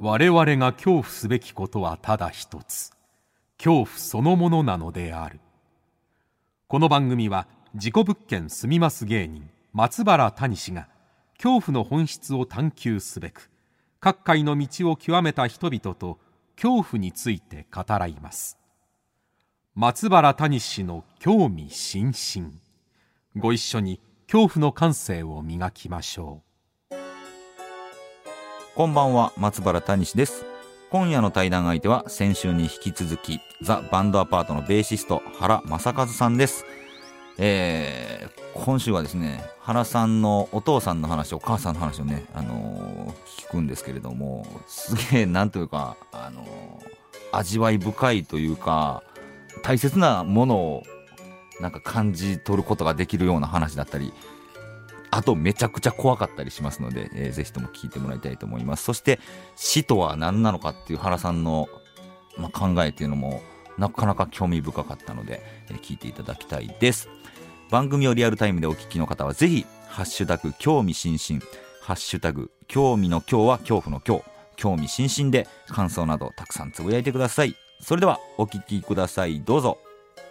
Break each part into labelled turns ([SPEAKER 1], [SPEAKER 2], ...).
[SPEAKER 1] 我々が恐怖すべきことはただ一つ、恐怖そのものなのである。この番組は事故物件住みます芸人松原谷氏が恐怖の本質を探求すべく各界の道を極めた人々と恐怖について語らいます。松原谷氏の興味津々、ご一緒に恐怖の感性を磨きましょう。
[SPEAKER 2] こんばんは、松原谷氏です。今夜の対談相手は先週に引き続きザ・バンドアパートのベーシスト原正和さんです。今週はですね、原さんのお父さんの話、お母さんの話をね、聞くんですけれども、すげえなんというか、味わい深いというか、大切なものをなんか感じ取ることができるような話だったり、あとめちゃくちゃ怖かったりしますので、ぜひとも聞いてもらいたいと思います。そして死とは何なのかっていう原さんの、考えっていうのもなかなか興味深かったので、聞いていただきたいです。番組をリアルタイムでお聞きの方はぜひハッシュタグ興味津々、ハッシュタグ興味の今日は恐怖の今日、興味津々で感想などたくさんつぶやいてください。それではお聞きください。どうぞ。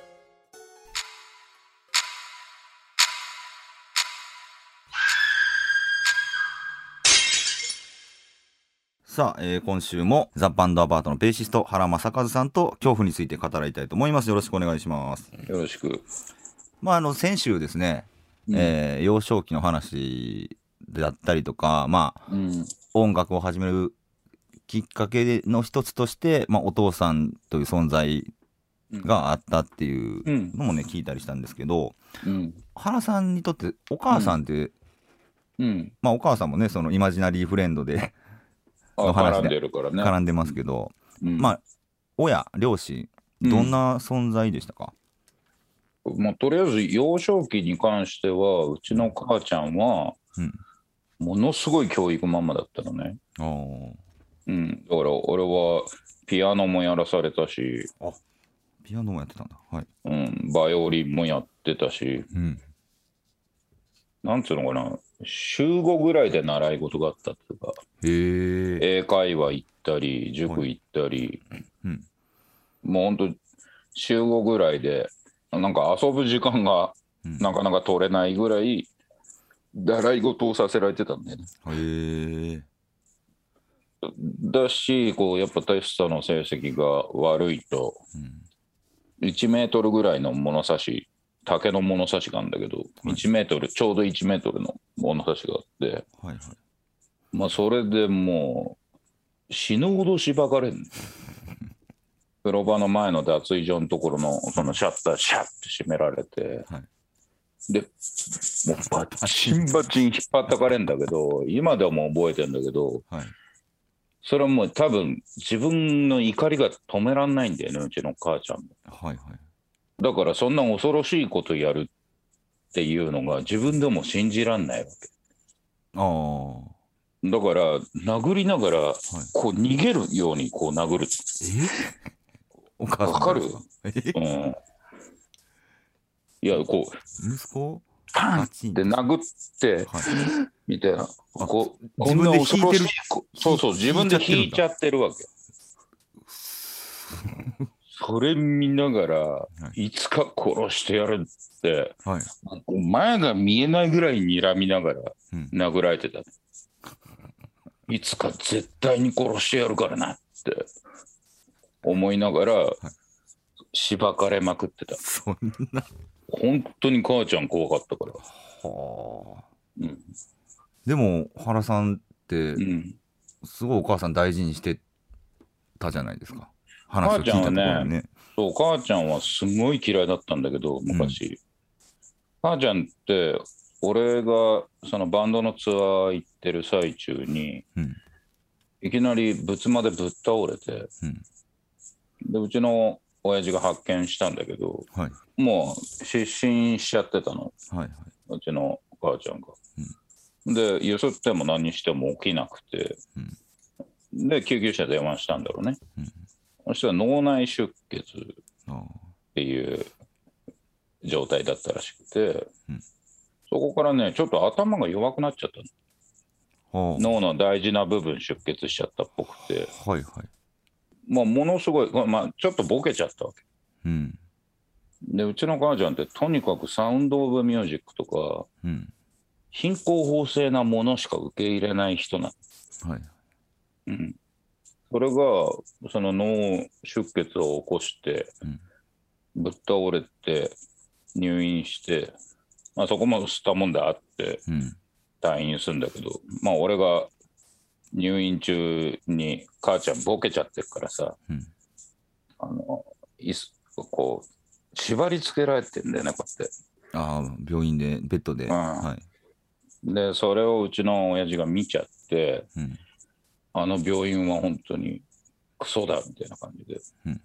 [SPEAKER 2] さあ、今週もザ・バンドアパートのベーシスト原正和さんと恐怖について語らいたいと思います。よろしくお願いします。
[SPEAKER 3] よろしく。
[SPEAKER 2] 先週ですね、幼少期の話だったりとか、音楽を始めるきっかけの一つとして、お父さんという存在があったっていうのもね、聞いたりしたんですけど、原さんにとってお母さんって、お母さんもね、そのイマジナリーフレンドでの話で
[SPEAKER 3] 絡んでるからね。
[SPEAKER 2] 絡んでますけど、親、両親、どんな存在でしたか？
[SPEAKER 3] とりあえず幼少期に関してはうちの母ちゃんはものすごい教育ママだったのね。だから俺はピアノもやらされたし、
[SPEAKER 2] ピアノもやってたんだ。はい。
[SPEAKER 3] バイオリンもやってたし、なんつうのかな、週5ぐらいで習い事があったっていうか、英会話行ったり塾行ったり、もうほんと週5ぐらいでなんか遊ぶ時間がなかなか取れないぐらい習い事をさせられてたんだよね。だし、こうやっぱテストの成績が悪いと、1メートルぐらいの物差し、竹の物差しがあるんだけど、1メートル、ちょうど1メートルの物差しがあって、それでもう死ぬほどしばかれるの。風呂場の前の脱衣所のところのそのシャッターシャッて閉められて、でもうバチンバチン引っ張ったかれんだけど、今ではもう覚えてんだけど、それはもう多分自分の怒りが止めらんないんだよね、うちの母ちゃんも。だからそんな恐ろしいことやるっていうのが自分でも信じらんないわけ。だから殴りながらこう逃げるようにこう殴る。
[SPEAKER 2] お母さん
[SPEAKER 3] わかる？いや、こう
[SPEAKER 2] 息子
[SPEAKER 3] パンって殴ってみたいな、こんな恐ろしい、そう自分で引いちゃってるわけ。それ見ながら、いつか殺してやるって、前が見えないぐらい睨みながら殴られてた。いつか絶対に殺してやるからなって思いながら、しばかれまくってた。
[SPEAKER 2] そんな
[SPEAKER 3] 本当に母ちゃん怖かったから。
[SPEAKER 2] でも原さんって、すごいお母さん大事にしてたじゃないですか。話を聞いたところにね。
[SPEAKER 3] そう、母ちゃんはすごい嫌いだったんだけど、昔。母ちゃんって俺がそのバンドのツアー行ってる最中に、いきなり仏間でぶっ倒れて、でうちの親父が発見したんだけど、もう失神しちゃってたの、うちの母ちゃんが。でゆすっても何しても起きなくて、で救急車電話したんだろうね。そしたら脳内出血っていう状態だったらしくて、そこからねちょっと頭が弱くなっちゃった脳の大事な部分出血しちゃったっぽくて、
[SPEAKER 2] はいはい。
[SPEAKER 3] まあ、ものすごい、まあ、ちょっとボケちゃったわけ。
[SPEAKER 2] うん。
[SPEAKER 3] で、うちの母ちゃんってとにかくサウンド・オブ・ミュージックとか、
[SPEAKER 2] うん、
[SPEAKER 3] 貧困法制なものしか受け入れない人な
[SPEAKER 2] の。はい。
[SPEAKER 3] うん。それが、その脳出血を起こして、ぶっ倒れて、入院して、まあ、そこも吸ったもんであって、退院するんだけど、まあ、俺が入院中に母ちゃんボケちゃってるからさ、こう縛り付けられてんだよね、こうやって。
[SPEAKER 2] ああ、病院でベッドで、
[SPEAKER 3] はい、でそれをうちの親父が見ちゃって、あの病院は本当にクソだみたいな感じで、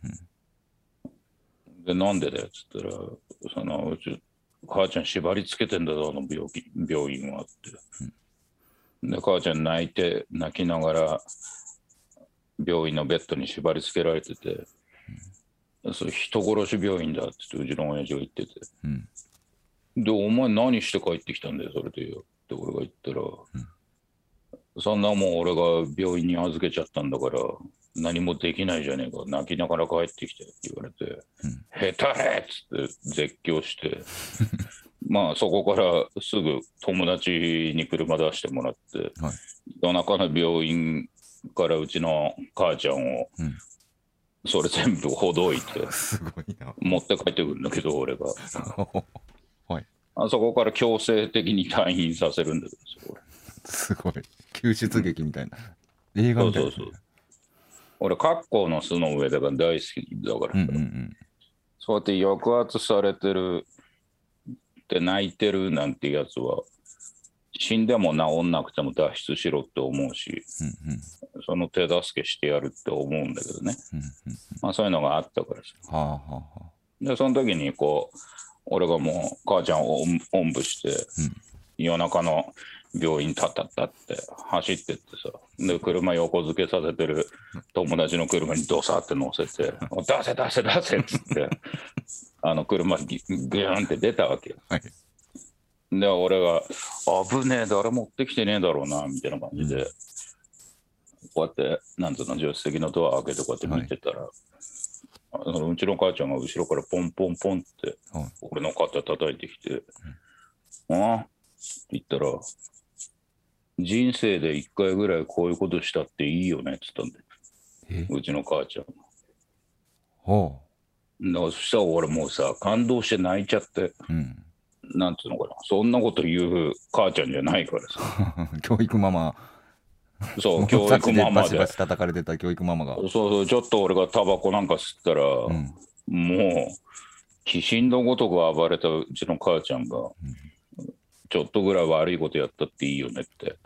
[SPEAKER 3] でなんでだよっつったら、そのうち母ちゃん縛り付けてんだぞあの病院はって、で母ちゃん泣きながら病院のベッドに縛り付けられてて、それ人殺し病院だってうちの親父が言ってて、でお前何して帰ってきたんだよそれでよって俺が言ったら、そんなもん俺が病院に預けちゃったんだから何もできないじゃねえか、泣きながら帰ってきてって言われて、下手れっつって絶叫してまあそこからすぐ友達に車出してもらって、夜中の病院からうちの母ちゃんを、それ全部ほどいて
[SPEAKER 2] すごいな、
[SPEAKER 3] 持って帰ってくるんだけど俺が
[SPEAKER 2] はい、
[SPEAKER 3] あそこから強制的に退院させるんだけど、
[SPEAKER 2] すごい救出劇みたいな、映画みたいな。
[SPEAKER 3] そう俺カッコの巣の上だから大好きだからさ、そうやって抑圧されてるって泣いてるなんてやつは死んでも治んなくても脱出しろって思うし、その手助けしてやるって思うんだけどね、まあそういうのがあったからさ、でその時にこう俺がもう母ちゃんをおんぶして、夜中の病院タッタッタって走ってってさ、で車横付けさせてる友達の車にドサって乗せて出せ出せ出せっつって車ギューンって出たわけよ、で俺が危ねえ誰持ってきてねえだろうなみたいな感じで、こうやってなんつうの助手席のドア開けてこうやって見てたら、うちの母ちゃんが後ろからポンポンポンって俺の肩叩いてきて、あって言ったら、人生で1回ぐらいこういうことしたっていいよねって言ったんだよ、うちの母ちゃんが。だからそしたら俺もうさ感動して泣いちゃって、なんつうのかな、そんなこと言う母ちゃんじゃないからさ
[SPEAKER 2] 教育ママ、
[SPEAKER 3] そう教育ママで
[SPEAKER 2] バシバシ叩かれてた教育ママが、
[SPEAKER 3] そうちょっと俺がタバコなんか吸ったら、もう鬼神のごとく暴れたうちの母ちゃんが、ちょっとぐらい悪いことやったっていいよねって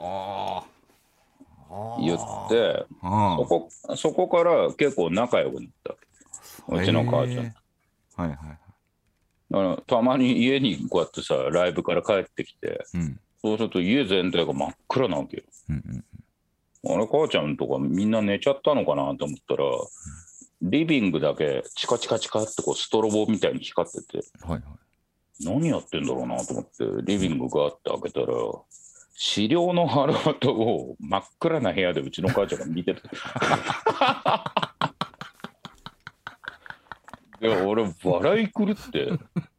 [SPEAKER 3] 言って、そこから結構仲良くなったわけ、うちの母ちゃん。だからたまに家にこうやってさライブから帰ってきて、そうすると家全体が真っ暗なわけよ、あれ母ちゃんとかみんな寝ちゃったのかなと思ったら、リビングだけチカチカチカってこうストロボみたいに光ってて、何やってんだろうなと思ってリビングガーって開けたら、資料の腹渡を真っ暗な部屋でうちの母ちゃんが見てていや俺笑い狂って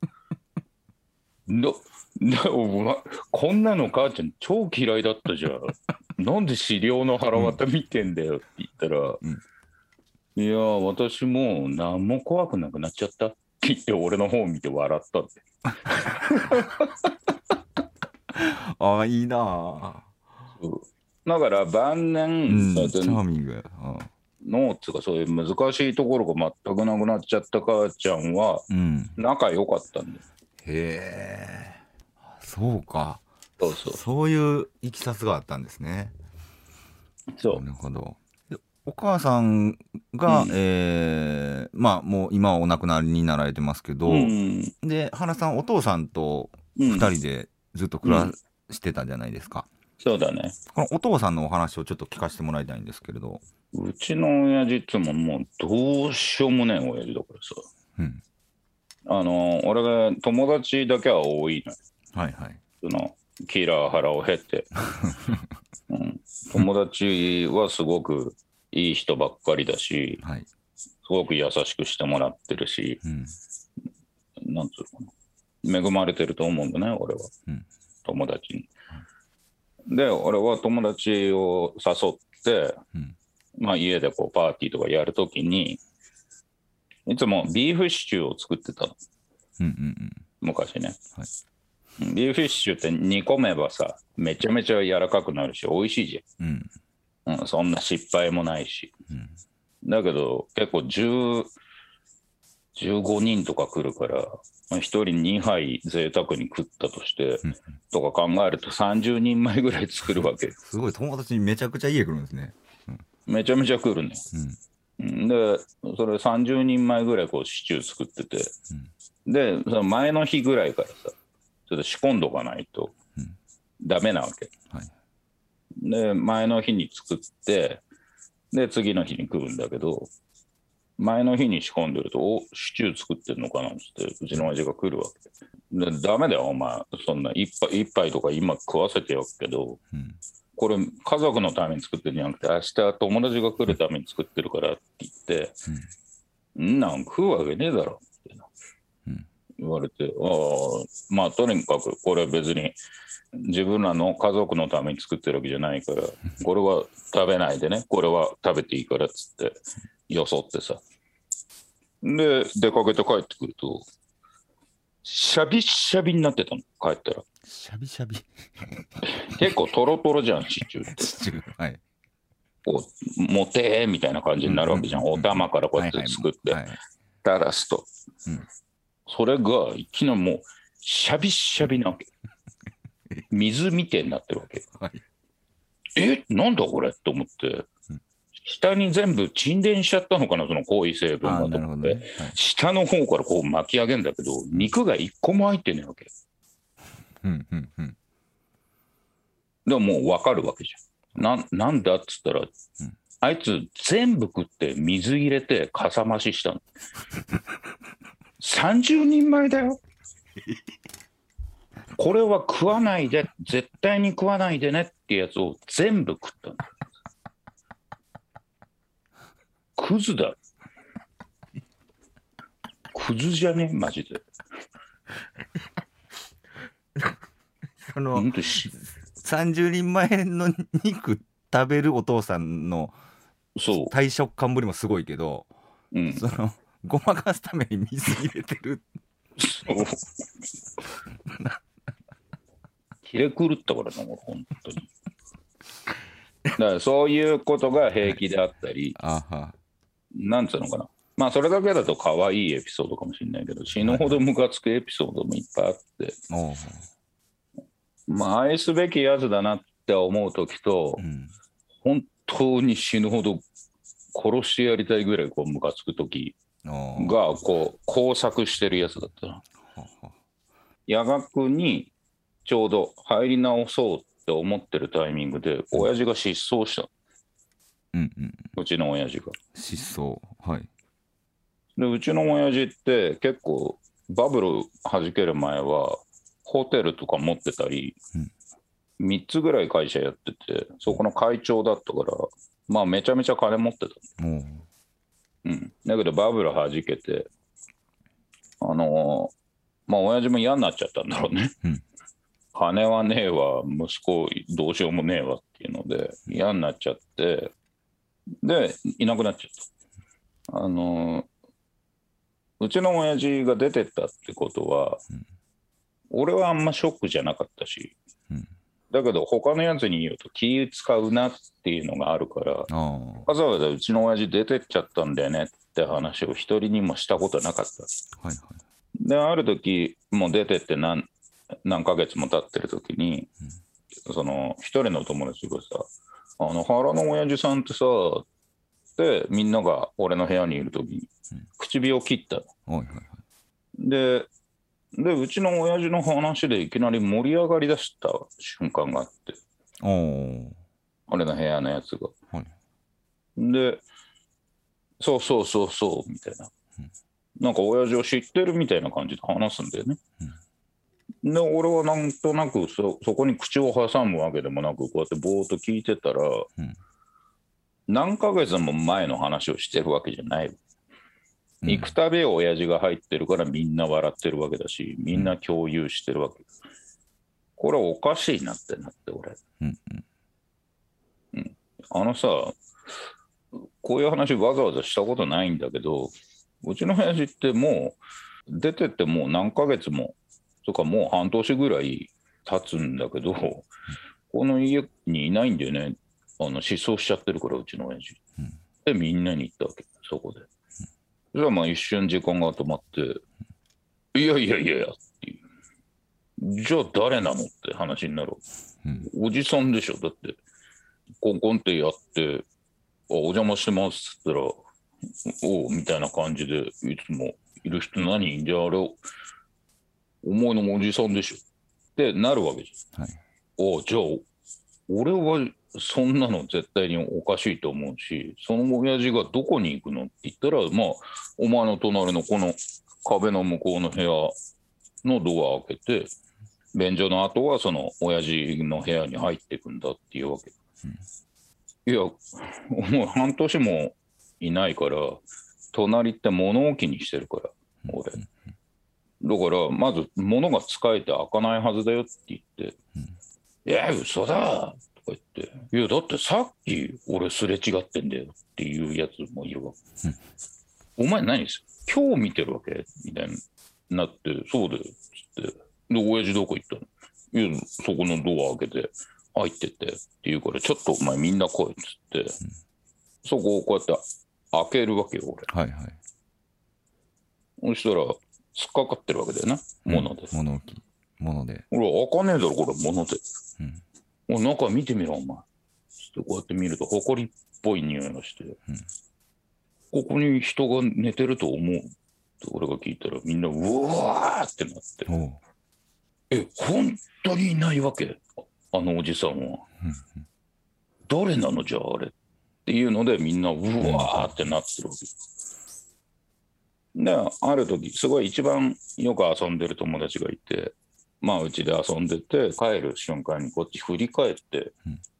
[SPEAKER 3] こんなの母ちゃん超嫌いだったじゃんなんで資料の腹渡見てんだよって言ったら、いや私もう何も怖くなくなっちゃったって言って俺の方を見て笑ったって
[SPEAKER 2] ああいいな。
[SPEAKER 3] だから晩年、
[SPEAKER 2] チャーミングや
[SPEAKER 3] 脳っていうかそういう難しいところが全くなくなっちゃった母ちゃんは仲良かったんだよ、
[SPEAKER 2] へえ、そうか、
[SPEAKER 3] そう
[SPEAKER 2] いういきさつがあったんですね。
[SPEAKER 3] そう
[SPEAKER 2] なるほど。お母さんが、まあもう今はお亡くなりになられてますけど、で原さんお父さんと2人でずっと暮らしてたじゃないですか、
[SPEAKER 3] そうだね。
[SPEAKER 2] このお父さんのお話をちょっと聞かせてもらいたいんですけれど。
[SPEAKER 3] うちの親父ってもうどうしようもねえ親父だからさ、俺が友達だけは多いのよ、そのキラー腹を経て友達はすごくいい人ばっかりだし、
[SPEAKER 2] はい、
[SPEAKER 3] すごく優しくしてもらってるし、なんつうのかな、恵まれてると思うんだね、俺は、友達に。で、俺は友達を誘って、まあ、家でこうパーティーとかやるときに、いつもビーフシチューを作ってたの。昔ね、はい。ビーフシチューって煮込めばさ、めちゃめちゃ柔らかくなるし、美味しいじゃん。そんな失敗もないし。だけど、結構15人とか来るから、1人2杯贅沢に食ったとして、とか考えると30人前ぐらい作るわけ。
[SPEAKER 2] すごい、友達にめちゃくちゃ家来るんですね。
[SPEAKER 3] めちゃめちゃ来るね。で、それ30人前ぐらいこうシチュー作ってて、で、その前の日ぐらいからさ、ちょっと仕込んどかないとダメなわけ。で、前の日に作って、で、次の日に食うんだけど、前の日に仕込んでると、シチュー作ってんのかなって、うちの親父が来るわけ。で、ダメだよ、お前。そんな一杯とか今食わせてやるけど、これ家族のために作ってるんじゃなくて、明日友達が来るために作ってるからって言って、なん食うわけねえだろって言われて、まあとにかくこれ別に自分らの家族のために作ってるわけじゃないから、これは食べないでね、これは食べていいからっつってよそってさ、で出かけて帰ってくるとシャビシャビになってたの。帰ったら
[SPEAKER 2] シャビシャビ
[SPEAKER 3] 結構トロトロじゃん、シチューって。
[SPEAKER 2] シチュー、はい、
[SPEAKER 3] こうモテーみたいな感じになるわけじゃん。お玉からこうやって作って垂らすと、それがいきなりもうシャビシャビなわけ。水みてえになってるわけ。なんだこれって思って、下に全部沈殿しちゃったのかな、その香味成分がと思って、下の方からこう巻き上げるんだけど、肉が一個も入ってねえわけ。でももう分かるわけじゃん。なんだっつったら、あいつ全部食って水入れてかさ増ししたの。30人前だよ。これは食わないで、絶対に食わないでねってやつを全部食ったの。クズだ。クズじゃねマジで。
[SPEAKER 2] その30人前の肉食べるお父さんの大食感ぶりもすごいけど、そのごまかすために水入れてる。そう
[SPEAKER 3] キレ狂ったからな、本当に。だからそういうことが平気であったり、なんつうのかな。まあそれだけだと可愛いエピソードかもしれないけど、死ぬほどムカつくエピソードもいっぱいあって、まあ愛すべきやつだなって思うときと、本当に死ぬほど殺してやりたいぐらいこうムカつくときがこう交錯してるやつだったな。夜学にちょうど入り直そうって思ってるタイミングで親父が失踪した。うちの親父が
[SPEAKER 2] 失踪。はい。
[SPEAKER 3] でうちの親父って結構バブル弾ける前はホテルとか持ってたり、3つぐらい会社やってて、そこの会長だったから、まあめちゃめちゃ金持ってた。だけどバブル弾けて、まあ親父も嫌になっちゃったんだろうね。金はねえわ、息子どうしようもねえわっていうので嫌になっちゃって、でいなくなっちゃった。うちの親父が出てったってことは、俺はあんまショックじゃなかったし、だけど他のやつに言うと気使うなっていうのがあるから、わざわざうちの親父出てっちゃったんだよねって話を一人にもしたことなかった。である時もう出てって何ヶ月も経ってる時に、その一人の友達がさ、原の親父さんってさってみんなが俺の部屋にいる時に唇を切ったの。でうちの親父の話でいきなり盛り上がりだした瞬間があって、俺の部屋のやつが、でそうみたいな、なんか親父を知ってるみたいな感じで話すんだよね。 で、俺はなんとなくそこに口を挟むわけでもなく、こうやってぼーっと聞いてたら、何ヶ月も前の話をしてるわけじゃない。行くたび親父が入ってるからみんな笑ってるわけだし、みんな共有してるわけ。これおかしいなってなって、俺。さ、こういう話わざわざしたことないんだけど、うちの親父ってもう出てってもう何ヶ月も、とかもう半年ぐらい経つんだけど、この家にいないんだよね。失踪しちゃってるから、うちの親父。で、みんなに言ったわけ、そこで。それはまあ一瞬時間が止まって、いやいやいやいやっていう。じゃあ誰なのって話になる。おじさんでしょ。だって、コンコンってやって、お邪魔してますって言ったら、おうみたいな感じで、いつもいる人何じゃああれ、お前のおじさんでしょってなるわけじゃん。じゃあ、俺はそんなの絶対におかしいと思うし、その親父がどこに行くのって言ったら、まあ、お前の隣のこの壁の向こうの部屋のドアを開けて、便所の後はその親父の部屋に入っていくんだっていうわけ。いや、もう半年もいないから、隣って物置にしてるから、俺。だから、まず物が使えて開かないはずだよって言って、いや、嘘だとか言って、いや、だってさっき俺すれ違ってんだよっていうやつもいるわけ。お前何です今日見てるわけみたいになって、そうだよっつって、で、親父どこ行ったのいや、そこのドア開けて入ってってって言うから、ちょっとお前みんな来いっつって、そこをこうやって開けるわけよ、俺。そしたら、突っかかってるわけだよな、物で。
[SPEAKER 2] 物で。
[SPEAKER 3] 俺、開かねえだろ、これ、物で。中見てみろ、お前。こうやって見ると、埃っぽい匂いがして、ここに人が寝てると思うって俺が聞いたら、みんな、うわーってなって、本当にいないわけあのおじさんは。誰なのじゃあ、あれっていうので、みんな、うわーってなってるわけ。で、ある時、すごい一番よく遊んでる友達がいて、まあ、うちで遊んでて、帰る瞬間にこっち振り返って、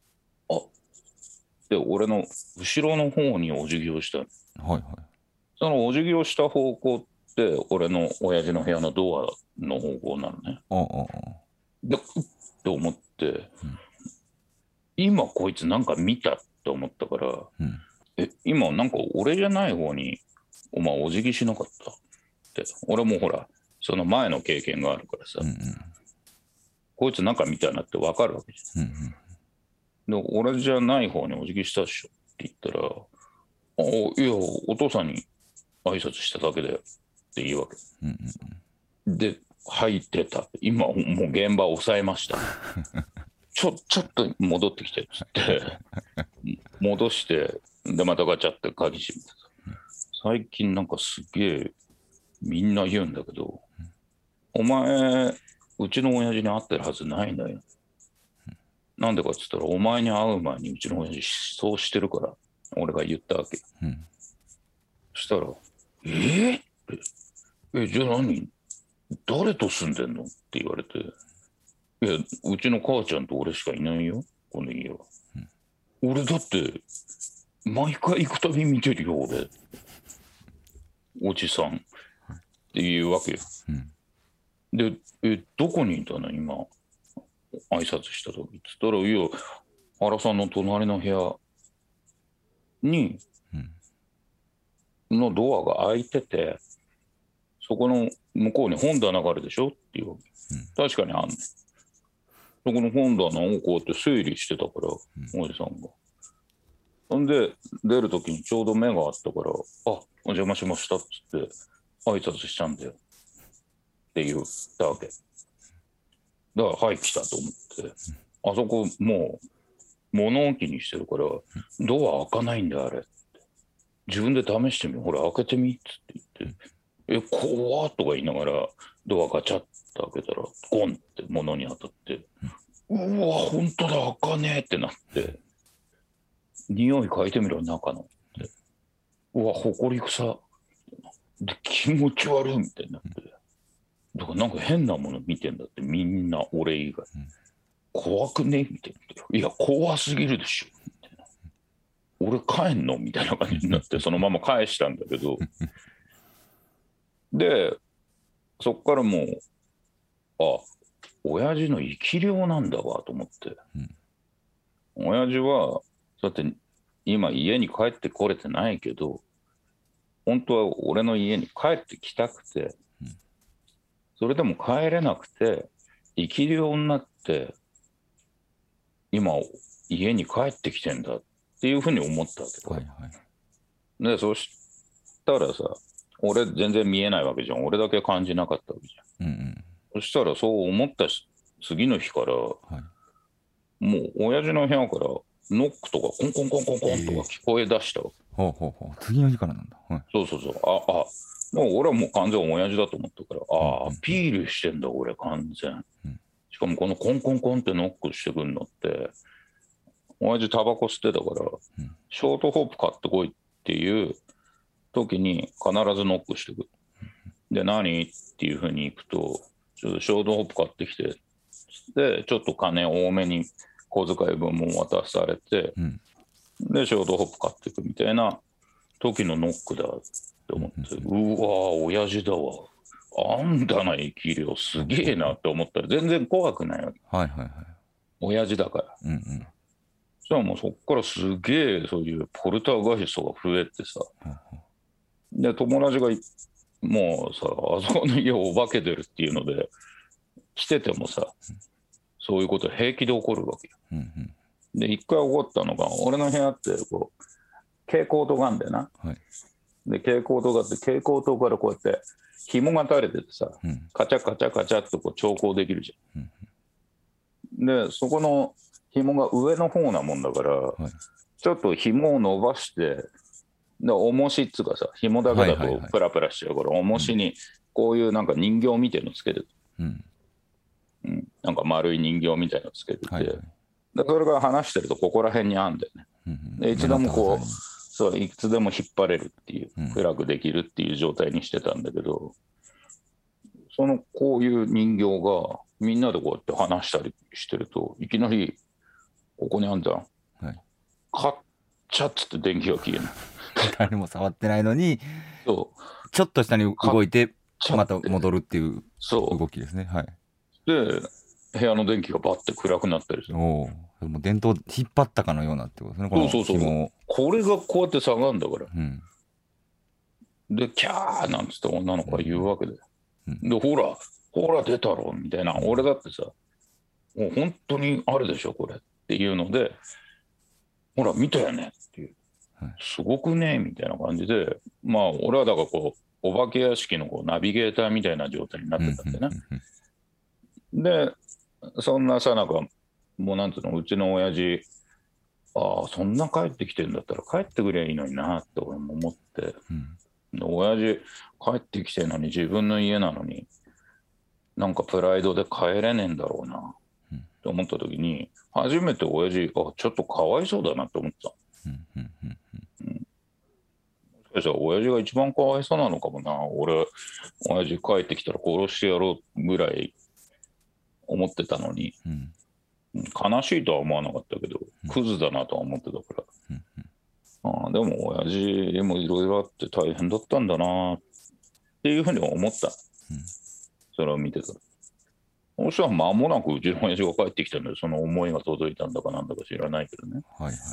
[SPEAKER 3] で、俺の後ろの方にお辞儀をした。そのお辞儀をした方向って、俺の親父の部屋のドアの方向なのね。で、って思って、今こいつなんか見たって思ったから、今なんか俺じゃない方に、お前お辞儀しなかったって。俺もほら、その前の経験があるからさ、こいつなんか見たなって分かるわけじゃん。で、俺じゃない方にお辞儀したっしょって言ったら、いや、お父さんに挨拶しただけだよって言うわけ。で、入ってた。今、もう現場を抑えました。ちょっと戻ってきてっつって、戻して、で、またガチャって鍵閉めてた。最近なんかすげえみんな言うんだけど、お前、うちの親父に会ってるはずないんだよ。なんでかっつったら、お前に会う前にうちの親父失踪してるから、俺が言ったわけ。そしたら、じゃあ何誰と住んでんのって言われて、いや、うちの母ちゃんと俺しかいないよ、この家は。俺だって、毎回行くたび見てるよ、俺。おじさんっていうわけよ。で、どこにいたの今、挨拶した時っつったら、いや、原さんの隣の部屋に、のドアが開いてて、そこの向こうに本棚があるでしょっていうわけ。確かにあんねん。そこの本棚をこうやって整理してたから、おじさんが。ほんで、出る時にちょうど目があったから、お邪魔しましたっつって、挨拶したんだよ。って言ったわけ。だから、はい、来たと思って、あそこもう、物置にしてるから、ドア開かないんだよ、あれって。自分で試してみよう。ほら、開けてみっつって言って、怖っとか言いながら、ドアガチャッと開けたら、ゴンって物に当たって、うわ、ほんとだ、開かねえってなって、匂い嗅いでみろ、中のって。うわ、ほこり臭。で、気持ち悪いみたいになって。 だからなんか変なもの見てんだって、みんな俺以外。怖くねみたいな。いや、怖すぎるでしょ。みたいな。俺帰んのみたいな感じになって、そのまま返したんだけど。で、そっからもう、あ、親父の生き量なんだわと思って。親父は、だって今家に帰ってこれてないけど、本当は俺の家に帰ってきたくて、それでも帰れなくて、生き量になって、今家に帰ってきてんだっていうふうに思ったわけだ、でそしたらさ、俺全然見えないわけじゃん。俺だけ感じなかったわけじゃん、そしたらそう思った次の日から、もう親父の部屋からノックとかコンコンコンコンコンとか聞こえ出したわけ、
[SPEAKER 2] 次の日からなんだ、
[SPEAKER 3] そうそうそう。もう俺はもう完全親父だと思ったから、アピールしてんだ俺完全、しかもこのコンコンコンってノックしてくんのって、親父タバコ吸ってたから、ショートホープ買ってこいっていう時に必ずノックしてくる。で、何っていうふうに行くと、ちょっとショートホープ買ってきて、で、ちょっと金多めに小遣い分も渡されて、で、ショートホップ買っていくみたいな時のノックだって思って、うわ親父だわ。あんだな生き量すげえなって思ったら全然怖くないわけ。親父だから。そしたらもうそっからすげえそういうポルターガイストが増えてさ、で友達がもうさ、あそこの家をお化け出るっていうので来ててもさ、そういうこと平気で起こるわけよ。で一回起こったのが、俺の部屋ってこう蛍光灯があるんだよな、で蛍光灯があって、蛍光灯からこうやって紐が垂れててさ、カチャカチャカチャっとこう調光できるじゃん、でそこの紐が上の方なもんだから、ちょっと紐を伸ばして、で重しっつうかさ、紐だけだとプラプラしちゃうから、重しにこういうなんか人形みたいのつけて、なんか丸い人形みたいのつけてて、でそれが離してるとここら辺にあんだよね、でいつでもこう、そういつでも引っ張れるっていう、暗くできるっていう状態にしてたんだけど、そのこういう人形がみんなでこうやって話したりしてると、いきなりここにあんじゃん、カッチャっつって電気が消える。
[SPEAKER 2] 誰も触ってないのに、
[SPEAKER 3] そう
[SPEAKER 2] ちょっと下に動いてまた戻るっていう動きですね。
[SPEAKER 3] で部屋の電気がバッて暗くなったりする。
[SPEAKER 2] もう電灯引っ張ったかのようなってことですね。
[SPEAKER 3] そうこれがこうやって下がるんだから、でキャーなんつって女の子が言うわけで、でほら出たろみたいな、俺だってさ、もう本当にあるでしょこれっていうので、ほら見たよねっていう、すごくねみたいな感じで、まあ俺はだからこうお化け屋敷のこうナビゲーターみたいな状態になってたんでね、でそんなさなか、もうなんつうの、うちの親父、そんな帰ってきてんだったら帰ってくりゃいいのになって俺も思って、親父帰ってきてんのに自分の家なのになんかプライドで帰れねえんだろうなって思った時に、初めて親父ちょっとかわいそうだなって思ってた。もしかしたら親父が一番かわいそうなのかもな。俺親父帰ってきたら殺してやろうぐらい思ってたのに、悲しいとは思わなかったけど、クズだなとは思ってたから、でも親父もいろいろあって大変だったんだなっていうふうに思った、それを見てたら。そしたら間もなくうちの親父が帰ってきたんで、その思いが届いたんだかなんだか知らないけどね。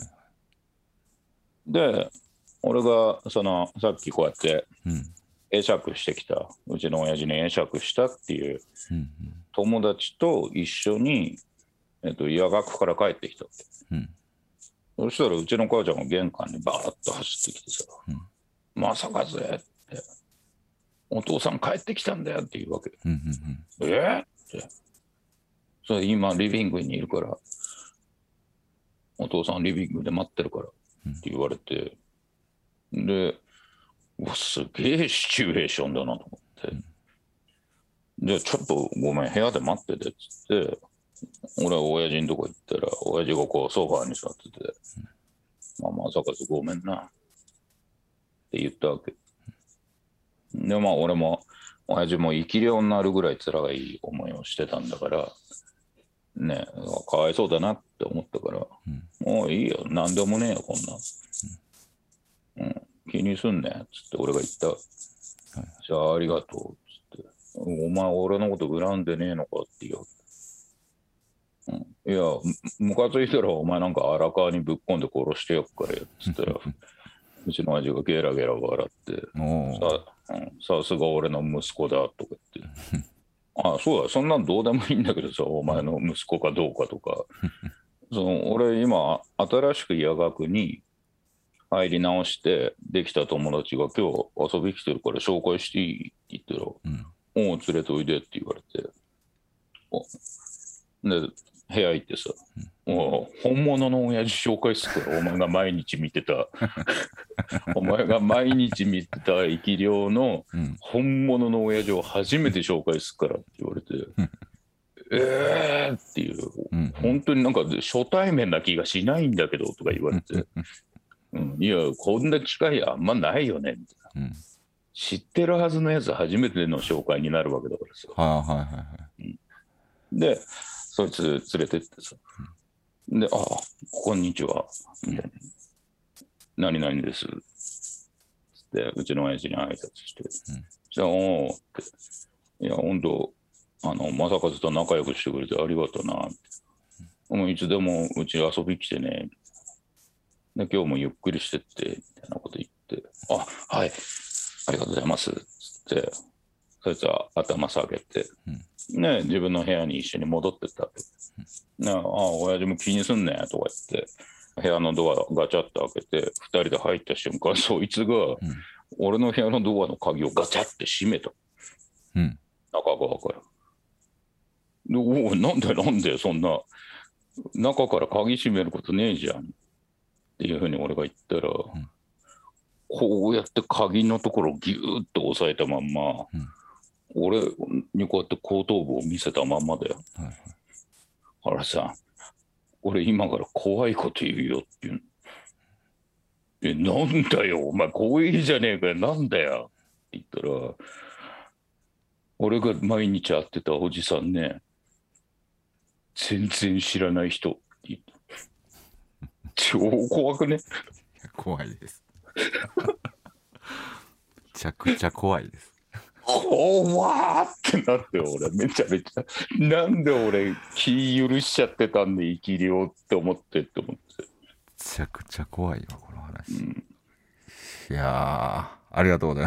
[SPEAKER 3] で俺がさっきこうやって会釈してきた、うちの親父に会釈したっていう友達と一緒に、夜学から帰ってきたわけ、そしたらうちの母ちゃんが玄関にバーッと走ってきてさ、正和ってお父さん帰ってきたんだよって言うわけ、ってそれ今リビングにいるから、お父さんリビングで待ってるからって言われて、で、すげえシチュエーションだなと思って、でちょっとごめん部屋で待っててっつって、俺は親父のとこ行ったら、親父がこうソファーに座ってて、正和ごめんなって言ったわけで、俺も親父も生き量になるぐらい辛い思いをしてたんだからね、かわいそうだなって思ったから、もういいよ、なんでもねえよこんな、気にすんねっつって俺が言った、じゃあありがとうっつって、お前俺のこと恨んでねえのかって言う、いやムカついたらお前なんか荒川にぶっ込んで殺してやっからよっつったらうちの親父がゲラゲラ笑ってさすが俺の息子だとか言ってああそうだ、そんなんどうでもいいんだけどさ、お前の息子かどうかとか俺今新しく夜学に入り直してできた友達が今日遊び来てるから紹介していいって言ったら、おう連れておいでって言われて、で部屋行ってさ、本物の親父紹介するからお前が毎日見てたお前が毎日見てた生き量の本物の親父を初めて紹介するからって言われて、っていう、本当になんか初対面な気がしないんだけどとか言われていやこんな機会あんまないよねみたいな、知ってるはずのやつ初めての紹介になるわけだからさ、でそいつ連れてってさ、でこんにちはみたいな、何々ですってうちの親父に挨拶して、じゃあおーって、いや本当正和と仲良くしてくれてありがとうなって、もういつでもうち遊び来てねで今日もゆっくりしてってみたいなこと言って、はいありがとうございますっつって、そいつは頭下げて、ね、自分の部屋に一緒に戻ってったわけ、親父も気にすんねとか言って部屋のドアガチャッと開けて2人で入った瞬間、そいつが俺の部屋のドアの鍵をガチャって閉めた、中側から。でなんでそんな中から鍵閉めることねえじゃんっていうふうに俺が言ったら、こうやって鍵のところをギューッと押さえたまんま、俺にこうやって後頭部を見せたまんまだよ。原さん、俺今から怖いこと言うよって言う。なんだよ、お前怖いじゃねえかよ、なんだよって言ったら、俺が毎日会ってたおじさんね、全然知らない人って言った。超怖くね？
[SPEAKER 2] 怖いです。めちゃくちゃ怖いです。
[SPEAKER 3] 怖ってなって俺めちゃめちゃなんで俺気許しちゃってたんで生き量って思ってめ
[SPEAKER 2] ちゃくちゃ怖いわこの話、いやありがとうござい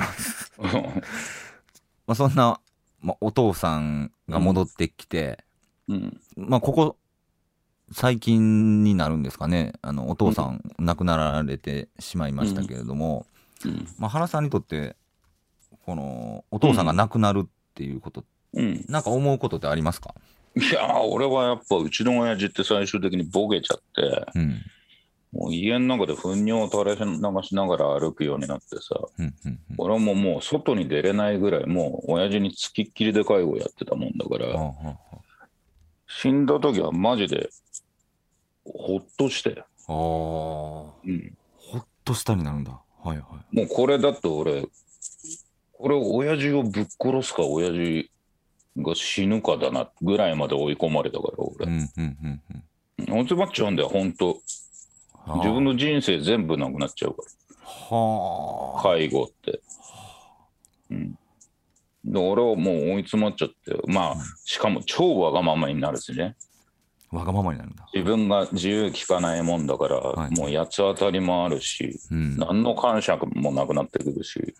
[SPEAKER 2] ますそんな、お父さんが戻ってきて、ここ最近になるんですかね、お父さん亡くなられてしまいましたけれども、原さんにとってこのお父さんが亡くなるっていうこと、なんか思うことってありますか？
[SPEAKER 3] いや俺はやっぱうちの親父って最終的にボケちゃって、もう家の中で糞尿を垂れ流しながら歩くようになってさ、俺ももう外に出れないぐらいもう親父につきっきりで介護やってたもんだから、死んだ時はマジでほっとして、
[SPEAKER 2] ほっとしたになるんだ。も
[SPEAKER 3] うこれだって俺親父をぶっ殺すか親父が死ぬかだなぐらいまで追い込まれたから俺、追い詰まっちゃうんだよ本当。自分の人生全部なくなっちゃうから介護って、で俺はもう追い詰まっちゃって、しかも超わがままになるしね。
[SPEAKER 2] わがままになるんだ。
[SPEAKER 3] 自分が自由聞かないもんだから、もう八つ当たりもあるし、何の感触もなくなってくるし、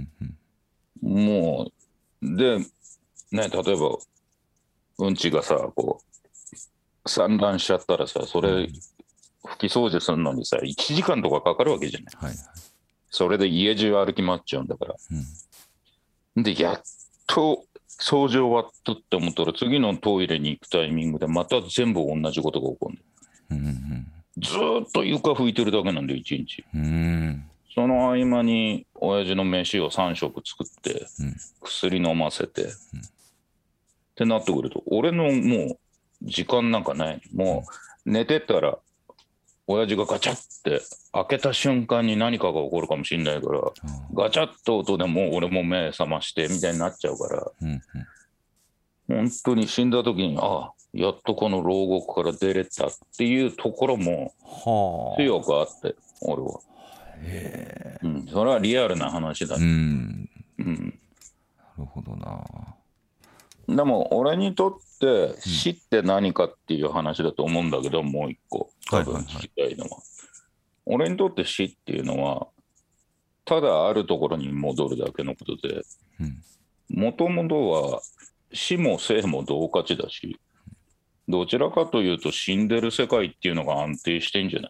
[SPEAKER 3] もうでね、例えばうんちがさこう散乱しちゃったらさ、それ拭き掃除するのにさ1時間とかかかるわけじゃない、それで家中歩き回っちゃうんだから、でやっと掃除終わったって思ったら次のトイレに行くタイミングでまた全部同じことが起こるんだよ、ずーっと床拭いてるだけなんで1日、その合間に親父の飯を3食作って、薬飲ませて、ってなってくると俺のもう時間なんかない。もう寝てたら親父がガチャって開けた瞬間に何かが起こるかもしれないから、ガチャッと音でもう俺も目覚ましてみたいになっちゃうから、本当に死んだ時にやっとこの牢獄から出れたっていうところも強くあって、俺は。それはリアルな話だ。
[SPEAKER 2] なるほどな。
[SPEAKER 3] でも俺にとって死って何かっていう話だと思うんだけど、もう一個多分聞きたいのは、俺にとって死っていうのはただあるところに戻るだけのことで、もともとは死も生も同価値だし、どちらかというと死んでる世界っていうのが安定してんじゃない？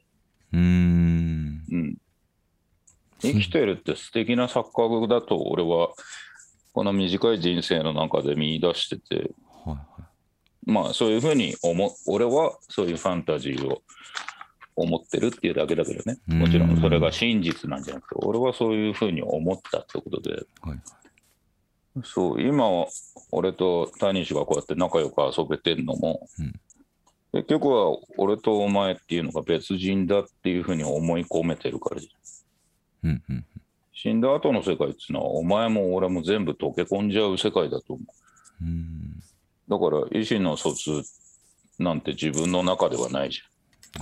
[SPEAKER 3] 生きてるって素敵な錯覚だと俺はこの短い人生の中で見出してて、まあそういうふうに俺はそういうファンタジーを思ってるっていうだけだけどね、もちろんそれが真実なんじゃなくて、俺はそういうふうに思ったってことで、そう今は俺とタニシがこうやって仲良く遊べてんのも、結局は俺とお前っていうのが別人だっていうふうに思い込めてるからじゃん。死んだ後の世界っていうのはお前も俺も全部溶け込んじゃう世界だと思う。だから意思の疎通なんて自分の中ではないじゃん。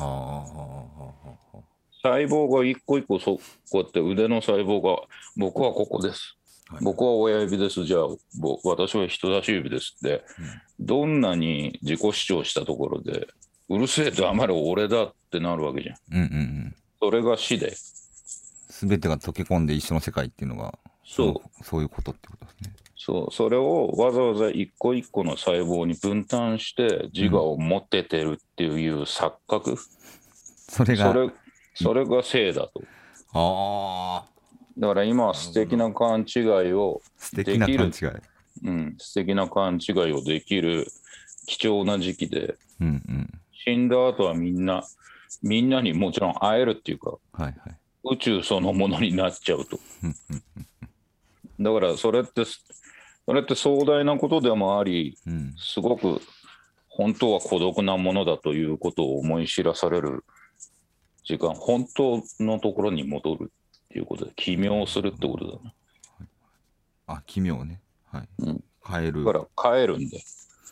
[SPEAKER 3] 細胞が一個一個こうやって腕の細胞が僕はここです、僕は親指です、じゃあ私は人差し指ですって、どんなに自己主張したところでうるせえと余る俺だってなるわけじゃん。それが死で
[SPEAKER 2] 全てが溶け込んで一緒の世界っていうのがそういうことってことですね。
[SPEAKER 3] それをわざわざ一個一個の細胞に分担して自我を持ててるっていう錯覚、それが生だと。だから今は素敵な勘違いをできる、素敵な勘違いをできる貴重な時期で、死んだ後はみんなにもちろん会えるっていうか、宇宙そのものになっちゃうと。だからそれって壮大なことでもあり、すごく本当は孤独なものだということを思い知らされる時間、本当のところに戻るっていうことで奇妙するってことだね。
[SPEAKER 2] 奇妙ね。変える。
[SPEAKER 3] だから変えるんで。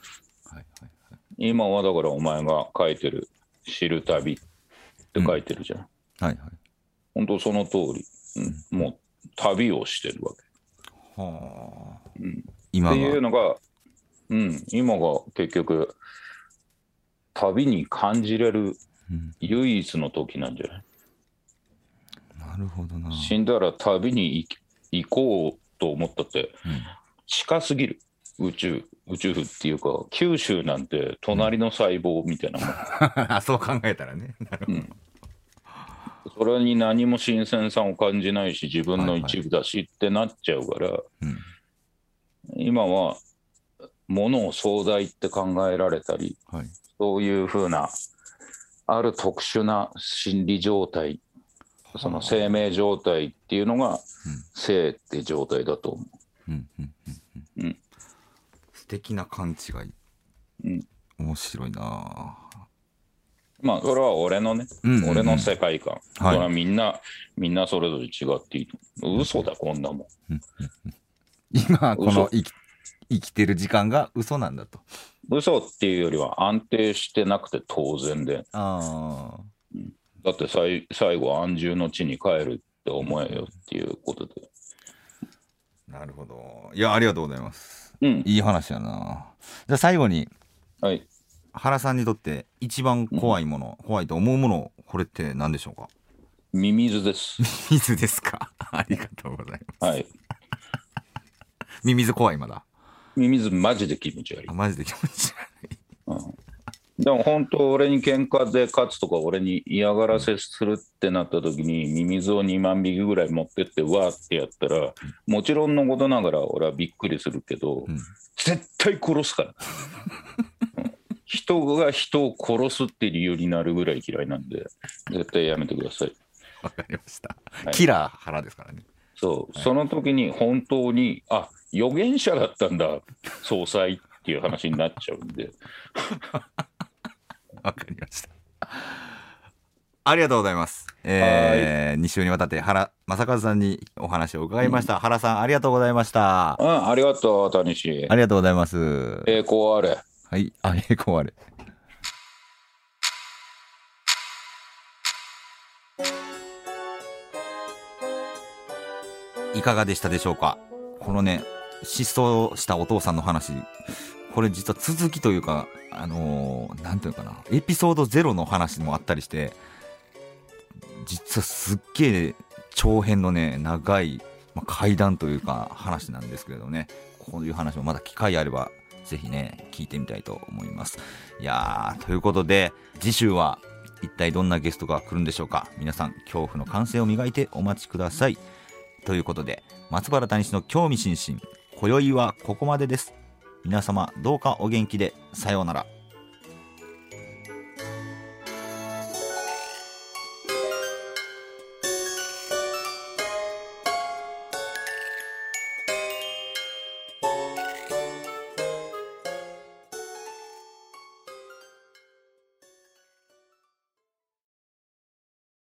[SPEAKER 3] 今はだからお前が書いてる知る旅って書いてるじゃん。本当その通り、もう旅をしてるわけ。
[SPEAKER 2] 今
[SPEAKER 3] っていうのが、今が結局旅に感じれる唯一の時なんじゃない？
[SPEAKER 2] なるほどな。
[SPEAKER 3] 死んだら旅に行こうと思ったって、近すぎる。宇宙符っていうか九州なんて隣の細胞みたいな
[SPEAKER 2] もん。そう考えたらね。なるほど。
[SPEAKER 3] それに何も新鮮さを感じないし自分の一部だしってなっちゃうから、今は物を壮大って考えられたり、そういうふうなある特殊な心理状態、その生命状態っていうのが生って状態だと思う。
[SPEAKER 2] 素敵な勘違い。面白いな。
[SPEAKER 3] まあそれは俺のね、俺の世界観。それはみんなそれぞれ違っていいと思う。嘘だこんなもん。
[SPEAKER 2] 今この生きてる時間が嘘なんだと。
[SPEAKER 3] 嘘っていうよりは安定してなくて当然で。だって最後安住の地に帰るって思えよっていうことで。
[SPEAKER 2] なるほど。いや、ありがとうございます。いい話やな。じゃあ最後に、原さんにとって一番怖いもの、怖いと思うもの、これって何でしょうか？
[SPEAKER 3] ミミズです。
[SPEAKER 2] ミミズですか？ありがとうございます。ミミズ怖いまだ。
[SPEAKER 3] ミミズマジで気持ち悪い。
[SPEAKER 2] マジで気持ち悪い。
[SPEAKER 3] でも本当俺に喧嘩で勝つとか俺に嫌がらせするってなった時にミミズを2万匹ぐらい持ってってわーってやったら、もちろんのことながら俺はびっくりするけど、絶対殺すから。人が人を殺すって理由になるぐらい嫌いなんで絶対やめてください。
[SPEAKER 2] わかりました。キラー原ですからね。
[SPEAKER 3] その時に本当に預言者だったんだ総裁っていう話になっちゃうんで。
[SPEAKER 2] わかりました。 ありがとうございます。2週にわたって原正和さんにお話を伺いました。原さん、ありがとうございました。
[SPEAKER 3] ありがとう、谷氏。
[SPEAKER 2] ありがとうございます。
[SPEAKER 3] 栄光あれ。
[SPEAKER 2] はい、栄光あれ。いかがでしたでしょうか。このね、失踪したお父さんの話、これ実は続きというか、なんていうかな、エピソード0の話もあったりして、実はすっげえ長編のね、長い、怪談というか話なんですけれどね、こういう話もまだ機会あればぜひね、聞いてみたいと思います。いやー、ということで次週は一体どんなゲストが来るんでしょうか。皆さん恐怖の感性を磨いてお待ちください。ということで、松原谷氏の興味津々、今宵はここまでです。皆様どうかお元気で。さようなら。